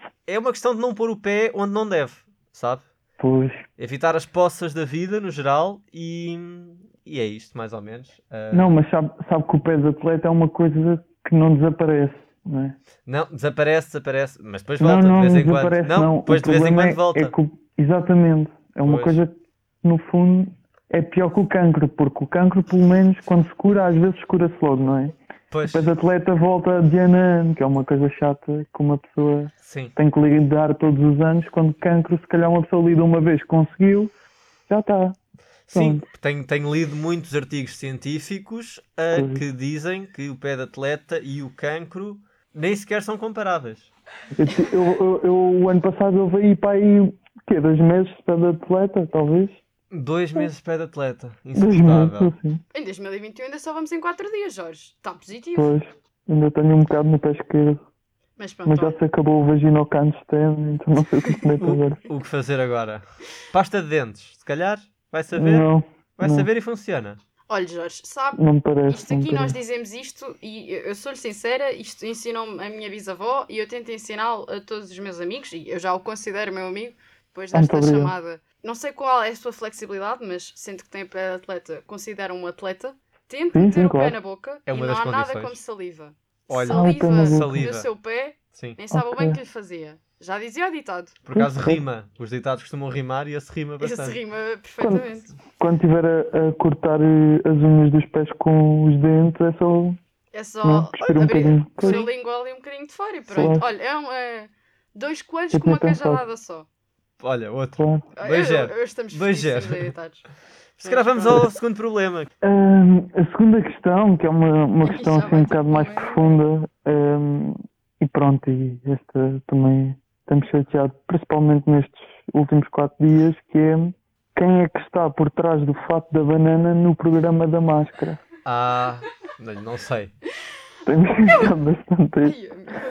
[SPEAKER 7] é uma questão de não pôr o pé onde não deve, sabe?
[SPEAKER 5] Pois,
[SPEAKER 7] Evitar as poças da vida no geral e, e é isto, mais ou menos. Ah,
[SPEAKER 5] não, mas sabe, sabe que o pé de atleta é uma coisa que não desaparece, não é?
[SPEAKER 7] Não, desaparece, desaparece, mas depois volta
[SPEAKER 5] não, não,
[SPEAKER 7] de vez
[SPEAKER 5] não
[SPEAKER 7] em quando.
[SPEAKER 5] desaparece,
[SPEAKER 7] não,
[SPEAKER 5] não.
[SPEAKER 7] depois
[SPEAKER 5] O
[SPEAKER 7] de vez em
[SPEAKER 5] problema
[SPEAKER 7] quando
[SPEAKER 5] é-
[SPEAKER 7] volta.
[SPEAKER 5] é que o- exatamente. É uma
[SPEAKER 7] Pois.
[SPEAKER 5] coisa que, no fundo, é pior que o cancro, porque o cancro, pelo menos, quando se cura, às vezes cura-se logo, não é?
[SPEAKER 7] Pois,
[SPEAKER 5] O pé de atleta volta de ano a ano, que é uma coisa chata que uma pessoa
[SPEAKER 7] sim.
[SPEAKER 5] tem que lidar todos os anos, quando cancro, se calhar uma pessoa lida uma vez, conseguiu, já está.
[SPEAKER 7] Sim,
[SPEAKER 5] Pronto.
[SPEAKER 7] tenho, tenho lido muitos artigos científicos ah,
[SPEAKER 5] Pois.
[SPEAKER 7] que dizem que o pé de atleta e o cancro nem sequer são comparáveis.
[SPEAKER 5] Eu, eu, eu, eu, o ano passado eu veio para aí, quê, dois meses de pé de atleta, talvez?
[SPEAKER 7] Dois meses de pé de atleta.
[SPEAKER 5] Dois meses,
[SPEAKER 7] Insuportável.
[SPEAKER 5] assim.
[SPEAKER 8] Em dois mil e vinte e um ainda só vamos em quatro dias, Jorge. Está positivo.
[SPEAKER 5] Pois, ainda tenho um bocado no pé esquerdo.
[SPEAKER 8] Mas pronto,
[SPEAKER 5] Mas já
[SPEAKER 8] olha,
[SPEAKER 5] se acabou o vaginocandestem, então não sei o que é que meto agora.
[SPEAKER 7] O, o que fazer agora? Pasta de dentes. Se calhar, vai saber.
[SPEAKER 5] Não,
[SPEAKER 7] Vai
[SPEAKER 5] não.
[SPEAKER 7] saber e funciona.
[SPEAKER 8] olha, Jorge, sabe,
[SPEAKER 5] não me parece.
[SPEAKER 8] isto
[SPEAKER 5] não me
[SPEAKER 8] aqui nós
[SPEAKER 5] parece.
[SPEAKER 8] dizemos isto e eu eu sou-lhe sincera, isto ensinou-me a minha bisavó e eu tento ensiná-lo a todos os meus amigos e eu já o considero meu amigo depois
[SPEAKER 5] Ah, muito
[SPEAKER 8] desta
[SPEAKER 5] obrigado.
[SPEAKER 8] chamada. Não sei qual é a sua flexibilidade, mas sendo que tem pé de atleta, considera um atleta. Tente
[SPEAKER 5] Sim,
[SPEAKER 8] meter
[SPEAKER 5] sim,
[SPEAKER 8] o pé
[SPEAKER 5] claro.
[SPEAKER 8] na boca
[SPEAKER 7] É
[SPEAKER 8] e
[SPEAKER 7] uma
[SPEAKER 8] não
[SPEAKER 7] das
[SPEAKER 8] há nada
[SPEAKER 7] condições.
[SPEAKER 8] como saliva.
[SPEAKER 7] Olha,
[SPEAKER 5] Ah, o pé na
[SPEAKER 8] Saliva
[SPEAKER 5] boca.
[SPEAKER 8] no
[SPEAKER 7] Saliva.
[SPEAKER 8] seu pé,
[SPEAKER 7] Sim.
[SPEAKER 8] nem sabe
[SPEAKER 5] Ok.
[SPEAKER 8] bem o que lhe fazia. Já dizia o ditado.
[SPEAKER 7] Por acaso
[SPEAKER 5] Sim.
[SPEAKER 7] rima. Os ditados costumam rimar e esse rima
[SPEAKER 8] Esse
[SPEAKER 7] bastante.
[SPEAKER 8] rima perfeitamente.
[SPEAKER 5] Quando estiver a, a cortar eh, as unhas dos pés com os dentes, é só
[SPEAKER 8] É só
[SPEAKER 5] não, cuspir um
[SPEAKER 8] abrir
[SPEAKER 5] bocadinho.
[SPEAKER 8] o seu
[SPEAKER 7] Sim.
[SPEAKER 8] língua ali um bocadinho de fora e pronto.
[SPEAKER 5] Claro.
[SPEAKER 8] Olha, é, um, é dois coelhos
[SPEAKER 5] Eu
[SPEAKER 8] com uma
[SPEAKER 5] tinha pensado.
[SPEAKER 8] cajadada só.
[SPEAKER 7] Olha, outro.
[SPEAKER 5] Claro.
[SPEAKER 7] Dois
[SPEAKER 8] Eu-
[SPEAKER 7] zero.
[SPEAKER 8] eu- eu estamos
[SPEAKER 7] Dois
[SPEAKER 8] fortíssimos
[SPEAKER 7] zero.
[SPEAKER 8] em ditados.
[SPEAKER 7] Se calhar vamos ao segundo problema.
[SPEAKER 5] Ahm, a segunda questão, que é uma, uma
[SPEAKER 8] Ih,
[SPEAKER 5] questão
[SPEAKER 8] já
[SPEAKER 5] assim
[SPEAKER 8] vai
[SPEAKER 5] um
[SPEAKER 8] ter
[SPEAKER 5] bocado mais
[SPEAKER 8] problema.
[SPEAKER 5] profunda, ahm, e pronto, e esta também estamos chateados, principalmente nestes últimos quatro dias, que é quem é que está por trás do fato da banana no programa da máscara.
[SPEAKER 7] Ah, não, não sei.
[SPEAKER 5] Tenho pensado bastante isso.
[SPEAKER 8] Ai,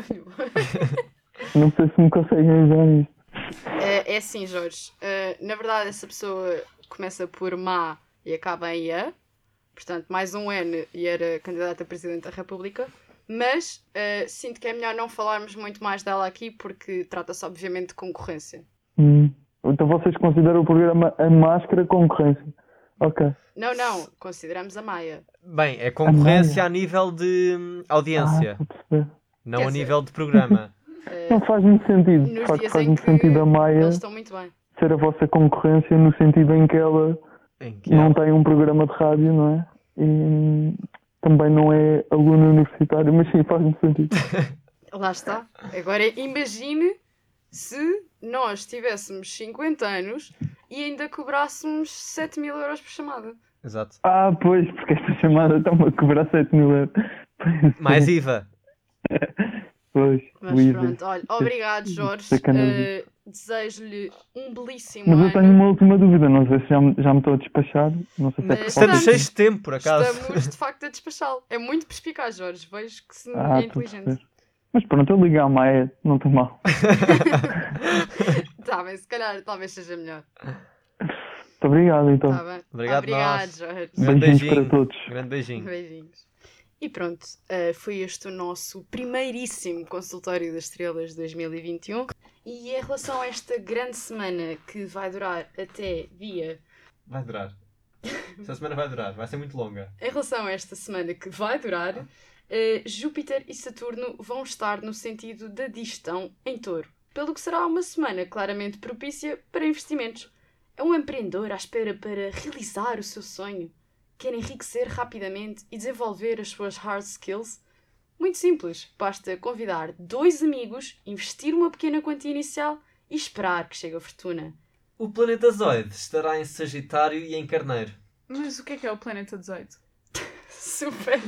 [SPEAKER 8] meu.
[SPEAKER 5] Não sei se me conseguem ajudar nisto.
[SPEAKER 8] É, é assim, Jorge. eh, na verdade, essa pessoa começa por má e acaba em a. Portanto, mais um N e era candidata a Presidente da República. Mas uh, sinto que é melhor não falarmos muito mais dela aqui porque trata-se obviamente de concorrência.
[SPEAKER 5] Hum. Então vocês consideram o programa A Máscara concorrência? Ok.
[SPEAKER 8] Não, não. Consideramos a Maia.
[SPEAKER 7] Bem, é concorrência
[SPEAKER 5] A
[SPEAKER 7] a nível de hum, audiência,
[SPEAKER 5] Ah, estou a perceber.
[SPEAKER 7] não
[SPEAKER 8] Quer
[SPEAKER 7] a
[SPEAKER 8] dizer-
[SPEAKER 7] nível de programa.
[SPEAKER 8] Uh,
[SPEAKER 5] Não faz muito sentido. De
[SPEAKER 8] nos
[SPEAKER 5] facto,
[SPEAKER 8] dias
[SPEAKER 5] faz
[SPEAKER 8] em
[SPEAKER 5] muito
[SPEAKER 8] que
[SPEAKER 5] sentido a Maia
[SPEAKER 8] eles estão muito bem.
[SPEAKER 5] ser a vossa concorrência no sentido em que ela
[SPEAKER 7] Em que
[SPEAKER 5] não
[SPEAKER 7] ela-
[SPEAKER 5] tem um programa de rádio, não é? E hum, também não é aluna universitária, mas sim, faz muito sentido.
[SPEAKER 8] Lá está. Agora imagine se nós tivéssemos cinquenta anos e ainda cobrássemos sete mil euros por chamada.
[SPEAKER 7] Exato.
[SPEAKER 5] Ah, pois, porque esta chamada está-me a cobrar sete mil euros.
[SPEAKER 7] Mais I V A.
[SPEAKER 5] Pois,
[SPEAKER 8] Mas
[SPEAKER 5] o I V A.
[SPEAKER 8] pronto, olha, obrigado Jorge.
[SPEAKER 5] Sacanagem.
[SPEAKER 8] Uh, Desejo-lhe um belíssimo
[SPEAKER 5] Mas eu
[SPEAKER 8] ano.
[SPEAKER 5] tenho uma última dúvida, não sei se já, me- já me estou a despachar. Não sei se é
[SPEAKER 8] Mas
[SPEAKER 5] que
[SPEAKER 7] Estamos
[SPEAKER 8] Estamos.
[SPEAKER 7] cheios de tempo, por acaso.
[SPEAKER 8] Estamos de facto a despachá-lo. É muito perspicaz, Jorge. Vejo que se
[SPEAKER 5] Ah,
[SPEAKER 8] é
[SPEAKER 5] estou a
[SPEAKER 8] inteligente.
[SPEAKER 5] perceber. Mas pronto, eu ligo à Maia, não tem mal.
[SPEAKER 8] Tá bem, se calhar talvez seja melhor.
[SPEAKER 5] Muito obrigado, então.
[SPEAKER 8] Tá bem.
[SPEAKER 7] Obrigado,
[SPEAKER 8] Obrigado,
[SPEAKER 7] nós.
[SPEAKER 8] Jorge.
[SPEAKER 7] Grande
[SPEAKER 5] Beijinhos
[SPEAKER 7] beijinho.
[SPEAKER 5] para todos.
[SPEAKER 7] Grande beijinho.
[SPEAKER 8] Beijinhos. E pronto, uh, foi este o nosso primeiríssimo consultório das estrelas de dois mil e vinte e um. E em relação a esta grande semana que vai durar até dia...
[SPEAKER 7] Vai durar. Esta semana vai durar, vai ser muito longa.
[SPEAKER 8] Em relação a esta semana que vai durar, uh, Júpiter e Saturno vão estar no sentido da digestão em Touro. Pelo que será uma semana claramente propícia para investimentos. É um empreendedor à espera para realizar o seu sonho. Quer enriquecer rapidamente e desenvolver as suas hard skills? Muito simples, basta convidar dois amigos, investir uma pequena quantia inicial e esperar que chegue a fortuna.
[SPEAKER 7] O planeta Zoide estará em Sagitário e em Carneiro.
[SPEAKER 2] Mas o que é que é o Planeta dezoito?
[SPEAKER 8] Super!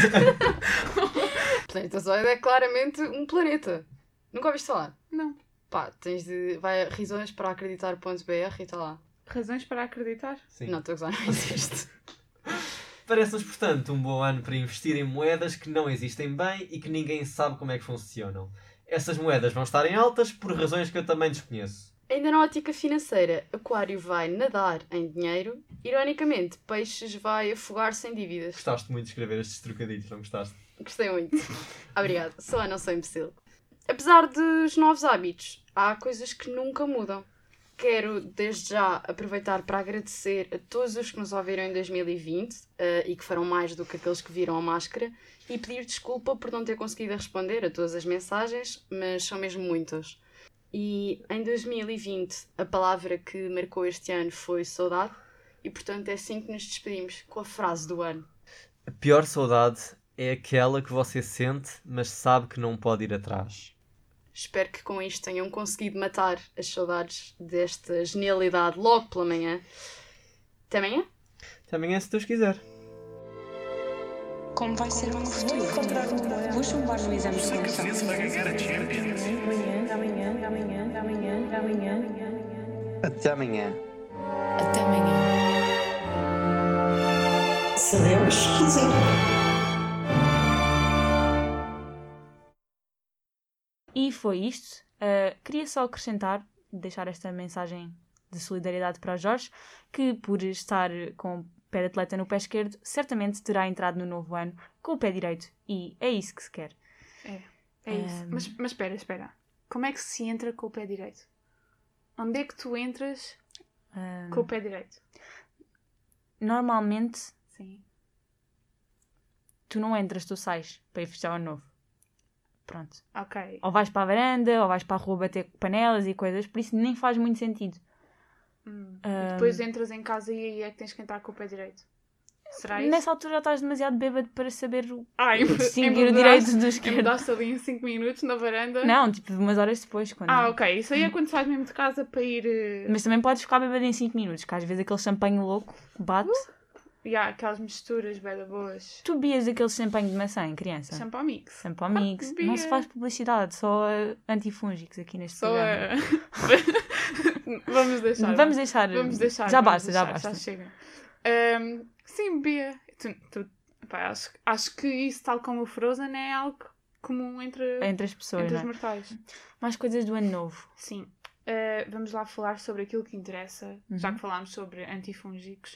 [SPEAKER 8] O planeta Zoide é claramente um planeta. Nunca ouviste falar?
[SPEAKER 2] Não.
[SPEAKER 8] Pá, tens de... Vai a risões para acreditar.br e está lá.
[SPEAKER 2] Razões para acreditar?
[SPEAKER 7] Sim.
[SPEAKER 8] Não, estou a gozar, não existe.
[SPEAKER 7] Parece-nos, portanto, um bom ano para investir em moedas que não existem bem e que ninguém sabe como é que funcionam. Essas moedas vão estar em altas por razões que eu também desconheço.
[SPEAKER 8] Ainda na ótica financeira, Aquário vai nadar em dinheiro. Ironicamente, Peixes vai afogar-se em dívidas.
[SPEAKER 7] Gostaste muito de escrever estes trocadilhos, não gostaste?
[SPEAKER 8] Gostei muito. Obrigada. Só não sou imbecil. Apesar dos novos hábitos, há coisas que nunca mudam. Quero, desde já, aproveitar para agradecer a todos os que nos ouviram em dois mil e vinte uh, e que foram mais do que aqueles que viram a máscara e pedir desculpa por não ter conseguido responder a todas as mensagens, mas são mesmo muitas. E em dois mil e vinte a palavra que marcou este ano foi saudade e, portanto, é assim que nos despedimos com a frase do ano.
[SPEAKER 7] A pior saudade é aquela que você sente, mas sabe que não pode ir atrás.
[SPEAKER 8] Espero que com isto tenham conseguido matar as saudades desta genialidade logo pela manhã. Até amanhã?
[SPEAKER 7] Até amanhã, se Deus quiser.
[SPEAKER 4] Como vai ser o meu futuro? Vou chumbar no exame de seleção.
[SPEAKER 6] Até amanhã.
[SPEAKER 1] Até amanhã.
[SPEAKER 9] Se Deus quiser.
[SPEAKER 3] E foi isto. Uh, queria só acrescentar, deixar esta mensagem de solidariedade para o Jorge, que por estar com o pé de atleta no pé esquerdo, certamente terá entrado no novo ano com o pé direito. E é isso que se quer.
[SPEAKER 2] É, é isso.
[SPEAKER 3] Um,
[SPEAKER 2] Mas, mas espera, espera. Como é que se entra com o pé direito? Onde é que tu entras
[SPEAKER 3] Um,
[SPEAKER 2] com o pé direito?
[SPEAKER 3] Normalmente,
[SPEAKER 2] Sim.
[SPEAKER 3] tu não entras, tu sais para ir fechar o ano novo. Pronto.
[SPEAKER 2] Ok.
[SPEAKER 3] Ou vais para a varanda, ou vais para a rua bater panelas e coisas, por isso nem faz muito sentido.
[SPEAKER 2] Hum.
[SPEAKER 3] Um,
[SPEAKER 2] E depois entras em casa e aí é que tens que entrar com o pé direito. Será isso?
[SPEAKER 3] Nessa altura já estás demasiado bêbado para saber o-
[SPEAKER 2] Ah, em-
[SPEAKER 3] distinguir o
[SPEAKER 2] em
[SPEAKER 3] direito
[SPEAKER 2] mudaste-
[SPEAKER 3] do
[SPEAKER 2] em
[SPEAKER 3] esquerdo.
[SPEAKER 2] mudaste ali em cinco minutos na varanda.
[SPEAKER 3] Não, tipo umas horas depois. Quando...
[SPEAKER 2] Ah, ok. Isso aí é quando sais mesmo de casa para ir... eh,
[SPEAKER 3] Mas também podes ficar bêbado em cinco minutos, que às vezes aquele champanhe louco bate.
[SPEAKER 2] E há aquelas misturas bem boas.
[SPEAKER 3] Tu bebias aquele champanhe de maçã em criança?
[SPEAKER 2] Shampoo mix.
[SPEAKER 3] Sampa Mix.
[SPEAKER 2] bebia.
[SPEAKER 3] Não se faz publicidade, só uh, antifúngicos aqui neste
[SPEAKER 2] Só
[SPEAKER 3] programa.
[SPEAKER 2] a... Vamos deixar.
[SPEAKER 3] Vamos deixar.
[SPEAKER 2] Vamos deixar.
[SPEAKER 3] Já
[SPEAKER 2] vamos
[SPEAKER 3] basta, já
[SPEAKER 2] deixar,
[SPEAKER 3] basta.
[SPEAKER 2] Já chega. Ahm, sim, Bia. Tu, tu, pá, acho, acho que isso, tal como o Frozen, é algo comum entre,
[SPEAKER 3] Entre as pessoas,
[SPEAKER 2] entre
[SPEAKER 3] não
[SPEAKER 2] os
[SPEAKER 3] é?
[SPEAKER 2] mortais.
[SPEAKER 3] Mais coisas do ano novo.
[SPEAKER 2] Sim. Ah, vamos lá falar sobre aquilo que interessa, já
[SPEAKER 3] Uhum.
[SPEAKER 2] que falámos sobre antifúngicos.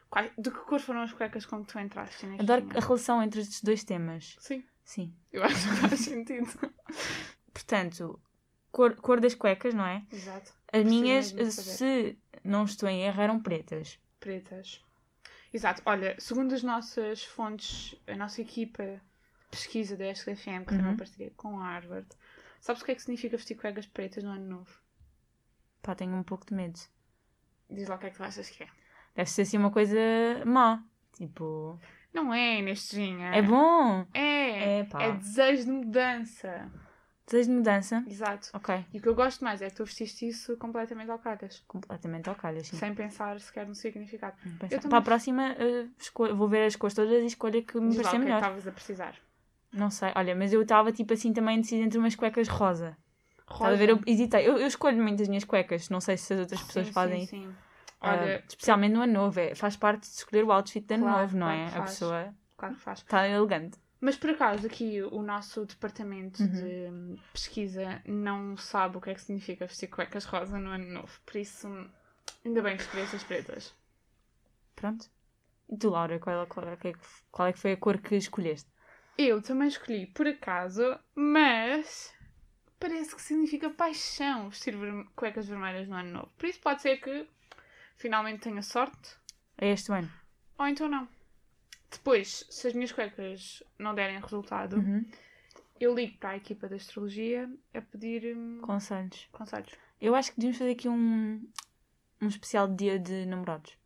[SPEAKER 2] Quais, de que cor foram as cuecas com que tu entraste? Neste
[SPEAKER 3] Adoro
[SPEAKER 2] dia?
[SPEAKER 3] a relação entre estes dois temas.
[SPEAKER 2] Sim,
[SPEAKER 3] Sim.
[SPEAKER 2] eu acho que faz sentido.
[SPEAKER 3] Portanto, cor, cor das cuecas, não é?
[SPEAKER 2] Exato.
[SPEAKER 3] As
[SPEAKER 2] Preciso
[SPEAKER 3] minhas,
[SPEAKER 2] mesmo de saber.
[SPEAKER 3] se não estou em erro, eram pretas.
[SPEAKER 2] Pretas. Exato. Olha, segundo as nossas fontes, a nossa equipa de pesquisa da S K F M, que tem
[SPEAKER 3] Uhum.
[SPEAKER 2] uma parceria com a Harvard, sabes o que é que significa vestir cuecas pretas no ano novo?
[SPEAKER 3] Pá, tenho um pouco de medo.
[SPEAKER 2] Diz lá o que é que tu achas que é.
[SPEAKER 3] Deve ser assim uma coisa má. Tipo,
[SPEAKER 2] Não é, Inestinha.
[SPEAKER 3] é bom.
[SPEAKER 2] É.
[SPEAKER 3] É, pá.
[SPEAKER 2] É desejo de mudança.
[SPEAKER 3] Desejo de mudança.
[SPEAKER 2] Exato.
[SPEAKER 3] Ok.
[SPEAKER 2] E o que eu gosto mais é que tu vestiste isso completamente ao calhas.
[SPEAKER 3] Completamente ao calhas, sim.
[SPEAKER 2] Sem pensar sequer no significado.
[SPEAKER 3] Pensar.
[SPEAKER 2] Eu também-
[SPEAKER 3] Para a próxima, uh, esco- vou ver as cores todas e escolho a que me
[SPEAKER 2] Diz lá
[SPEAKER 3] parecer
[SPEAKER 2] o que é que
[SPEAKER 3] melhor.
[SPEAKER 2] estavas a precisar.
[SPEAKER 3] Não sei. Olha, mas eu estava tipo assim também decidida entre umas cuecas rosa. Estás a
[SPEAKER 2] Rosa.
[SPEAKER 3] ver? Eu hesitei. Eu, eu escolho muito as minhas cuecas. Não sei se as outras pessoas
[SPEAKER 2] Sim,
[SPEAKER 3] fazem
[SPEAKER 2] sim,
[SPEAKER 3] isso.
[SPEAKER 2] sim.
[SPEAKER 3] Ah,
[SPEAKER 2] Olha,
[SPEAKER 3] especialmente no ano novo. É, faz parte de escolher o outfit de ano
[SPEAKER 2] Claro,
[SPEAKER 3] novo, não
[SPEAKER 2] claro
[SPEAKER 3] é?
[SPEAKER 2] que
[SPEAKER 3] A
[SPEAKER 2] faz.
[SPEAKER 3] pessoa
[SPEAKER 2] claro que faz.
[SPEAKER 3] está elegante.
[SPEAKER 2] Mas por acaso aqui o nosso departamento
[SPEAKER 3] Uhum.
[SPEAKER 2] de hum, pesquisa não sabe o que é que significa vestir cuecas rosa no ano novo. Por isso, ainda bem que escolheste as pretas.
[SPEAKER 3] Pronto. E tu, Laura, qual, é- qual, é que- qual é que foi a cor que escolheste?
[SPEAKER 2] Eu também escolhi por acaso, mas parece que significa paixão vestir ver- cuecas vermelhas no ano novo. Por isso pode ser que finalmente tenha sorte,
[SPEAKER 3] É este ano?
[SPEAKER 2] ou então não. Depois, se as minhas cuecas não derem resultado,
[SPEAKER 3] Uhum.
[SPEAKER 2] eu ligo para a equipa da astrologia a pedir hum,
[SPEAKER 3] Conselhos.
[SPEAKER 2] conselhos.
[SPEAKER 3] Eu acho que devíamos fazer aqui um, um especial de dia de namorados.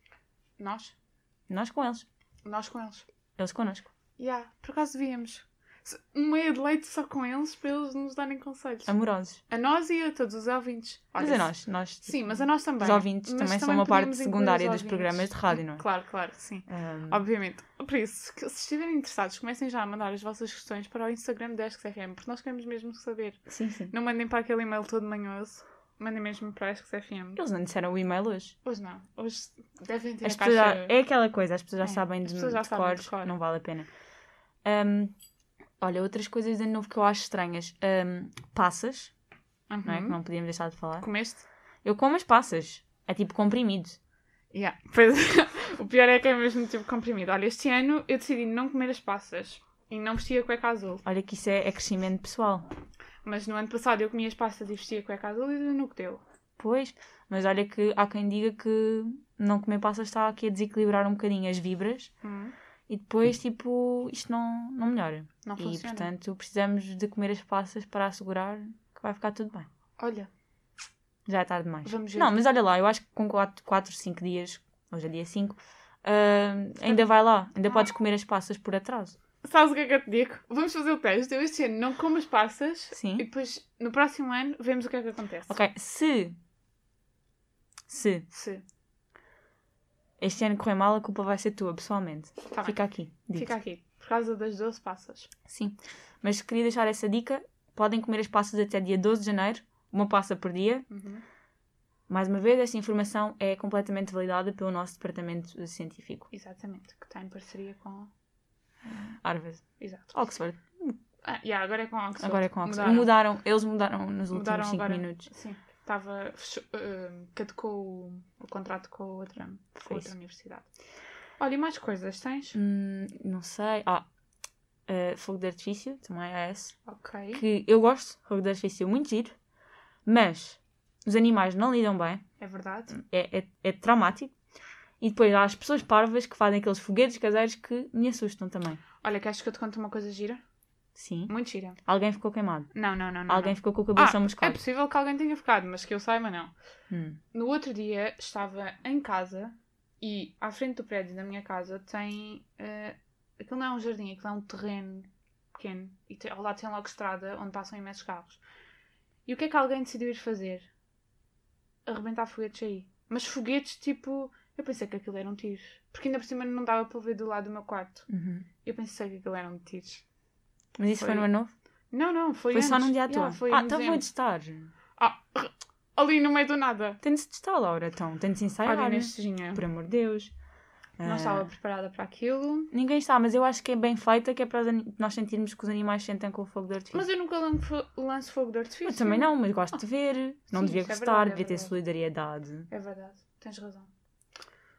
[SPEAKER 2] Nós?
[SPEAKER 3] Nós com eles.
[SPEAKER 2] Nós com eles.
[SPEAKER 3] Eles connosco.
[SPEAKER 2] Yeah, por acaso devíamos. Se- Um meio de leite só com eles para eles nos darem conselhos.
[SPEAKER 3] Amorosos.
[SPEAKER 2] A nós e a todos os ouvintes.
[SPEAKER 3] Mas
[SPEAKER 2] Olha,
[SPEAKER 3] a nós. nós
[SPEAKER 2] Sim, mas a nós também.
[SPEAKER 3] Os ouvintes
[SPEAKER 2] Mas
[SPEAKER 3] também são uma parte
[SPEAKER 2] podíamos incluir
[SPEAKER 3] secundária
[SPEAKER 2] os
[SPEAKER 3] dos
[SPEAKER 2] ouvintes.
[SPEAKER 3] programas de rádio, não é?
[SPEAKER 2] Claro, claro, sim.
[SPEAKER 3] Ahm,
[SPEAKER 2] Obviamente. Por isso, que se estiverem interessados, comecem já a mandar as vossas questões para o Instagram da S K F M, porque nós queremos mesmo saber.
[SPEAKER 3] sim, sim.
[SPEAKER 2] Não mandem para aquele e-mail todo manhoso. Mandem mesmo para a S K F M.
[SPEAKER 3] Eles não disseram o e-mail hoje.
[SPEAKER 2] Hoje não. Hoje devem ter
[SPEAKER 3] As
[SPEAKER 2] a
[SPEAKER 3] pessoas
[SPEAKER 2] caixa...
[SPEAKER 3] já- é aquela coisa, as pessoas já
[SPEAKER 2] É,
[SPEAKER 3] sabem
[SPEAKER 2] as
[SPEAKER 3] de,
[SPEAKER 2] pessoas já
[SPEAKER 3] de
[SPEAKER 2] sabem de
[SPEAKER 3] cores,
[SPEAKER 2] cor.
[SPEAKER 3] não vale a pena. Ahm, olha, outras coisas de ano novo que eu acho estranhas. Ahm, passas,
[SPEAKER 2] Uhum.
[SPEAKER 3] não é? Que não podíamos deixar de falar.
[SPEAKER 2] Comeste?
[SPEAKER 3] Eu como as passas. É tipo comprimido.
[SPEAKER 2] Yeah. Pois, o pior é que é mesmo tipo comprimido. Olha, este ano eu decidi não comer as passas e não vestia cueca azul.
[SPEAKER 3] Olha que isso é, é crescimento pessoal.
[SPEAKER 2] Mas no ano passado eu comia as passas e vestia cueca azul e no que deu.
[SPEAKER 3] Pois, mas olha que há quem diga que não comer passas está aqui a desequilibrar um bocadinho as vibras
[SPEAKER 2] Hum,
[SPEAKER 3] e depois, tipo, isto não, não melhora.
[SPEAKER 2] não
[SPEAKER 3] E,
[SPEAKER 2] funciona.
[SPEAKER 3] portanto, precisamos de comer as passas para assegurar que vai ficar tudo bem.
[SPEAKER 2] Olha,
[SPEAKER 3] Já é tarde demais.
[SPEAKER 2] Vamos ver.
[SPEAKER 3] Não, mas olha lá, eu acho que com quatro, cinco dias, hoje é dia cinco, ah, ainda vai lá. Ainda podes comer as passas por atraso.
[SPEAKER 2] sabes o que é que eu te digo? Vamos fazer o teste. Eu este ano não como as passas
[SPEAKER 3] Sim.
[SPEAKER 2] e depois no próximo ano vemos o que é que acontece.
[SPEAKER 3] Ok, se... Se
[SPEAKER 2] Se.
[SPEAKER 3] este ano correr mal, a culpa vai ser tua, pessoalmente.
[SPEAKER 2] Tá bem.
[SPEAKER 3] Fica aqui. dito.
[SPEAKER 2] Fica aqui. Por causa das doze passas.
[SPEAKER 3] Sim. Mas queria deixar essa dica. Podem comer as passas até dia doze de janeiro. Uma passa por dia.
[SPEAKER 2] Uhum.
[SPEAKER 3] Mais uma vez, esta informação é completamente validada pelo nosso departamento científico.
[SPEAKER 2] Exatamente. Que está em parceria com...
[SPEAKER 3] Harvard.
[SPEAKER 2] Exato.
[SPEAKER 3] Oxford.
[SPEAKER 2] Ah, yeah, agora é com Oxford.
[SPEAKER 3] Agora é com Oxford.
[SPEAKER 2] Mudaram.
[SPEAKER 3] Mudaram. Eles mudaram nos últimos
[SPEAKER 2] Mudaram
[SPEAKER 3] cinco
[SPEAKER 2] agora.
[SPEAKER 3] minutos.
[SPEAKER 2] Sim. Estava... fechou- uh, caducou o, o contrato com a outra, com
[SPEAKER 3] Foi
[SPEAKER 2] a outra
[SPEAKER 3] isso.
[SPEAKER 2] universidade. Olha, e mais coisas tens?
[SPEAKER 3] Hum, não sei. Ah, eh, fogo de artifício, também é esse.
[SPEAKER 2] Ok.
[SPEAKER 3] Que eu gosto. Fogo de artifício muito giro. Mas os animais não lidam bem.
[SPEAKER 2] É verdade.
[SPEAKER 3] É, é, é traumático. E depois há as pessoas parvas que fazem aqueles foguetes caseiros que me assustam também.
[SPEAKER 2] Olha, queres que eu te conte uma coisa gira?
[SPEAKER 3] Sim.
[SPEAKER 2] Muito gira.
[SPEAKER 3] Alguém ficou queimado.
[SPEAKER 2] Não, não, não. não
[SPEAKER 3] Alguém
[SPEAKER 2] não.
[SPEAKER 3] ficou com a cabeça
[SPEAKER 2] Ah, é
[SPEAKER 3] moscada.
[SPEAKER 2] possível que alguém tenha ficado, mas que eu saiba, não.
[SPEAKER 3] Hum.
[SPEAKER 2] No outro dia estava em casa e à frente do prédio da minha casa tem... Uh, aquilo não é um jardim, aquilo é um terreno pequeno. E tem, ao lado tem logo estrada onde passam imensos carros. E o que é que alguém decidiu ir fazer? Arrebentar foguetes aí. Mas foguetes tipo... Eu pensei que aquilo eram tiros. Porque ainda por cima não dava para ver do lado do meu quarto.
[SPEAKER 3] Uhum.
[SPEAKER 2] Eu pensei que aquilo eram tiros.
[SPEAKER 3] Mas isso foi,
[SPEAKER 2] Foi-
[SPEAKER 3] no ano novo?
[SPEAKER 2] Não, não, foi
[SPEAKER 3] Foi
[SPEAKER 2] antes.
[SPEAKER 3] só num dia à toa?
[SPEAKER 2] Yeah, foi
[SPEAKER 3] ah,
[SPEAKER 2] em
[SPEAKER 3] então
[SPEAKER 2] dezembro.
[SPEAKER 3] vou testar.
[SPEAKER 2] Ah, ali no meio do nada.
[SPEAKER 3] Tem de se testar, Laura. Então, tem de se ensaiar.
[SPEAKER 2] Olha, nestinha.
[SPEAKER 3] Por amor de Deus.
[SPEAKER 2] Não
[SPEAKER 3] Ah,
[SPEAKER 2] estava preparada para aquilo.
[SPEAKER 3] Ninguém está, mas eu acho que é bem feita, que é para os ani- nós sentirmos que os animais sentem com o fogo de artifício.
[SPEAKER 2] Mas eu nunca lanço, lanço fogo de artifício.
[SPEAKER 3] Eu também não, mas gosto de ver. Não
[SPEAKER 2] sim,
[SPEAKER 3] devia
[SPEAKER 2] isso é
[SPEAKER 3] gostar,
[SPEAKER 2] verdade, é
[SPEAKER 3] devia ter
[SPEAKER 2] verdade.
[SPEAKER 3] solidariedade.
[SPEAKER 2] É verdade, tens razão.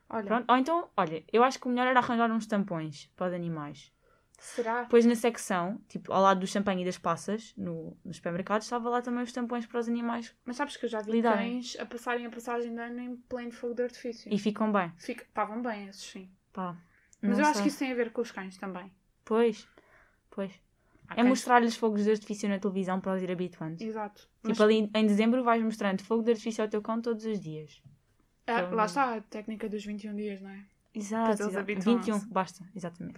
[SPEAKER 2] Olha,
[SPEAKER 3] Pronto. Ou então, olha, eu acho que o melhor era arranjar uns tampões para os animais.
[SPEAKER 2] será?
[SPEAKER 3] Depois na secção, tipo, ao lado do champanhe e das passas, no, no supermercado, estava lá também os tampões para os animais.
[SPEAKER 2] Mas sabes que eu já vi
[SPEAKER 3] Lidarem.
[SPEAKER 2] cães a passarem a passagem de ano em pleno fogo de artifício.
[SPEAKER 3] E ficam bem.
[SPEAKER 2] Fica- Estavam bem esses, sim.
[SPEAKER 3] Pá,
[SPEAKER 2] Mas
[SPEAKER 3] não
[SPEAKER 2] eu acho
[SPEAKER 3] sei.
[SPEAKER 2] que isso tem a ver com os cães também.
[SPEAKER 3] Pois, pois.
[SPEAKER 2] Há
[SPEAKER 3] É
[SPEAKER 2] cães-
[SPEAKER 3] mostrar-lhes fogos de artifício na televisão para os ir habituando.
[SPEAKER 2] Exato.
[SPEAKER 3] Tipo,
[SPEAKER 2] Mas,
[SPEAKER 3] ali em dezembro vais mostrando fogo de artifício ao teu cão todos os dias.
[SPEAKER 2] ah,
[SPEAKER 3] então-
[SPEAKER 2] lá está a técnica dos vinte e um dias, não é?
[SPEAKER 3] Exato,
[SPEAKER 2] eles
[SPEAKER 3] exato.
[SPEAKER 2] habituam-se.
[SPEAKER 3] vinte e um, basta, exatamente.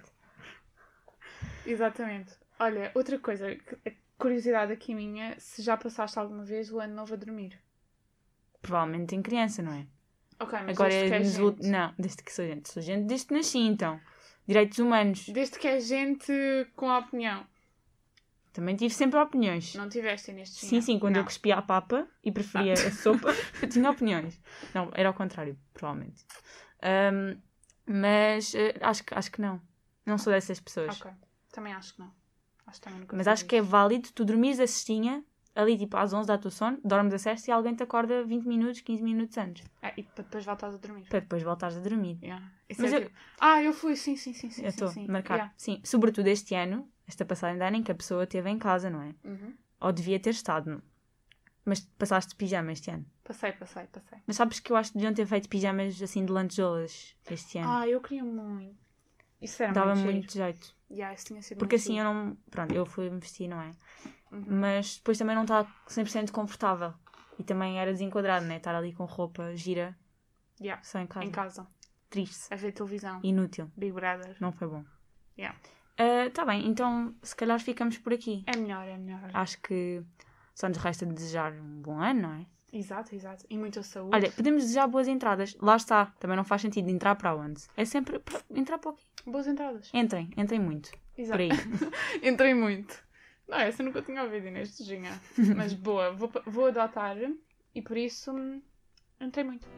[SPEAKER 2] Exatamente. Olha, outra coisa, que- curiosidade aqui minha, se já passaste alguma vez o ano novo a dormir.
[SPEAKER 3] Provavelmente em criança, não é?
[SPEAKER 2] Ok, mas
[SPEAKER 3] Agora
[SPEAKER 2] desde que
[SPEAKER 3] é
[SPEAKER 2] é
[SPEAKER 3] nos
[SPEAKER 2] gente.
[SPEAKER 3] ult- Não, desde que sou gente. Sou gente desde que nasci, então. Direitos humanos.
[SPEAKER 2] Desde que é gente com opinião.
[SPEAKER 3] Também tive sempre opiniões.
[SPEAKER 2] Não tiveste neste
[SPEAKER 3] Sim, sim, quando
[SPEAKER 2] não.
[SPEAKER 3] eu cuspia a papa e preferia a sopa, eu tinha opiniões. Não, era ao contrário, provavelmente. Ahm, mas eh, acho, que- acho que não. Não sou dessas pessoas.
[SPEAKER 2] Ok, também acho que não. Acho que também nunca
[SPEAKER 3] Mas
[SPEAKER 2] fiz
[SPEAKER 3] acho que é
[SPEAKER 2] isso.
[SPEAKER 3] válido tu dormires a cestinha, ali tipo às onze dá o sono, dormes a cesta e alguém te acorda vinte minutos, quinze minutos antes.
[SPEAKER 2] É, e para depois voltares a dormir.
[SPEAKER 3] Para depois voltares a dormir.
[SPEAKER 2] Yeah. Isso
[SPEAKER 3] Mas
[SPEAKER 2] é
[SPEAKER 3] eu-
[SPEAKER 2] tipo, Ah, eu fui, sim, sim, sim, sim.
[SPEAKER 3] eu
[SPEAKER 2] sim,
[SPEAKER 3] estou
[SPEAKER 2] sim.
[SPEAKER 3] a marcar.
[SPEAKER 2] Yeah.
[SPEAKER 3] Sim, sobretudo este ano, esta passagem de ano em que a pessoa esteve em casa, não é?
[SPEAKER 2] Uhum.
[SPEAKER 3] Ou devia ter estado. Não? Mas passaste de pijama este ano.
[SPEAKER 2] Passei, passei, passei.
[SPEAKER 3] Mas sabes que eu acho que deviam ter feito pijamas assim de lantejoulas este ano.
[SPEAKER 2] Ah, eu queria muito. Isso era
[SPEAKER 3] Dava
[SPEAKER 2] muito,
[SPEAKER 3] muito
[SPEAKER 2] giro.
[SPEAKER 3] jeito.
[SPEAKER 2] Yeah, isso tinha sido
[SPEAKER 3] Porque
[SPEAKER 2] muito
[SPEAKER 3] assim
[SPEAKER 2] giro.
[SPEAKER 3] eu não. Pronto, eu fui me vestir, não é?
[SPEAKER 2] Uhum.
[SPEAKER 3] Mas depois também não estava cem por cento confortável. E também era desenquadrado, né? Estar ali com roupa gira
[SPEAKER 2] Yeah.
[SPEAKER 3] só em casa.
[SPEAKER 2] Em casa,
[SPEAKER 3] Triste.
[SPEAKER 2] a ver televisão.
[SPEAKER 3] Inútil.
[SPEAKER 2] Big Brother.
[SPEAKER 3] Não foi bom.
[SPEAKER 2] Yeah.
[SPEAKER 3] Ah, tá bem, então se calhar ficamos por aqui.
[SPEAKER 2] É melhor, é melhor.
[SPEAKER 3] Acho que só nos resta desejar um bom ano, não é?
[SPEAKER 2] Exato, exato. E muita saúde.
[SPEAKER 3] Olha, podemos desejar boas entradas. Lá está. Também não faz sentido entrar para onde? É sempre para entrar para o quê?
[SPEAKER 2] Boas entradas.
[SPEAKER 3] Entrem, entrem muito.
[SPEAKER 2] Exato.
[SPEAKER 3] Por aí.
[SPEAKER 2] Entrei muito. Não, essa eu nunca tinha ouvido neste ginga. Mas boa, vou, vou adotar e por isso hum, entrei muito.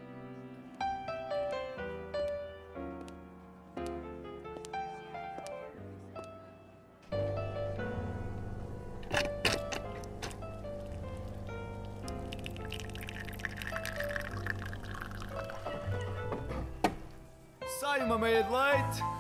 [SPEAKER 10] Sai uma meia de leite.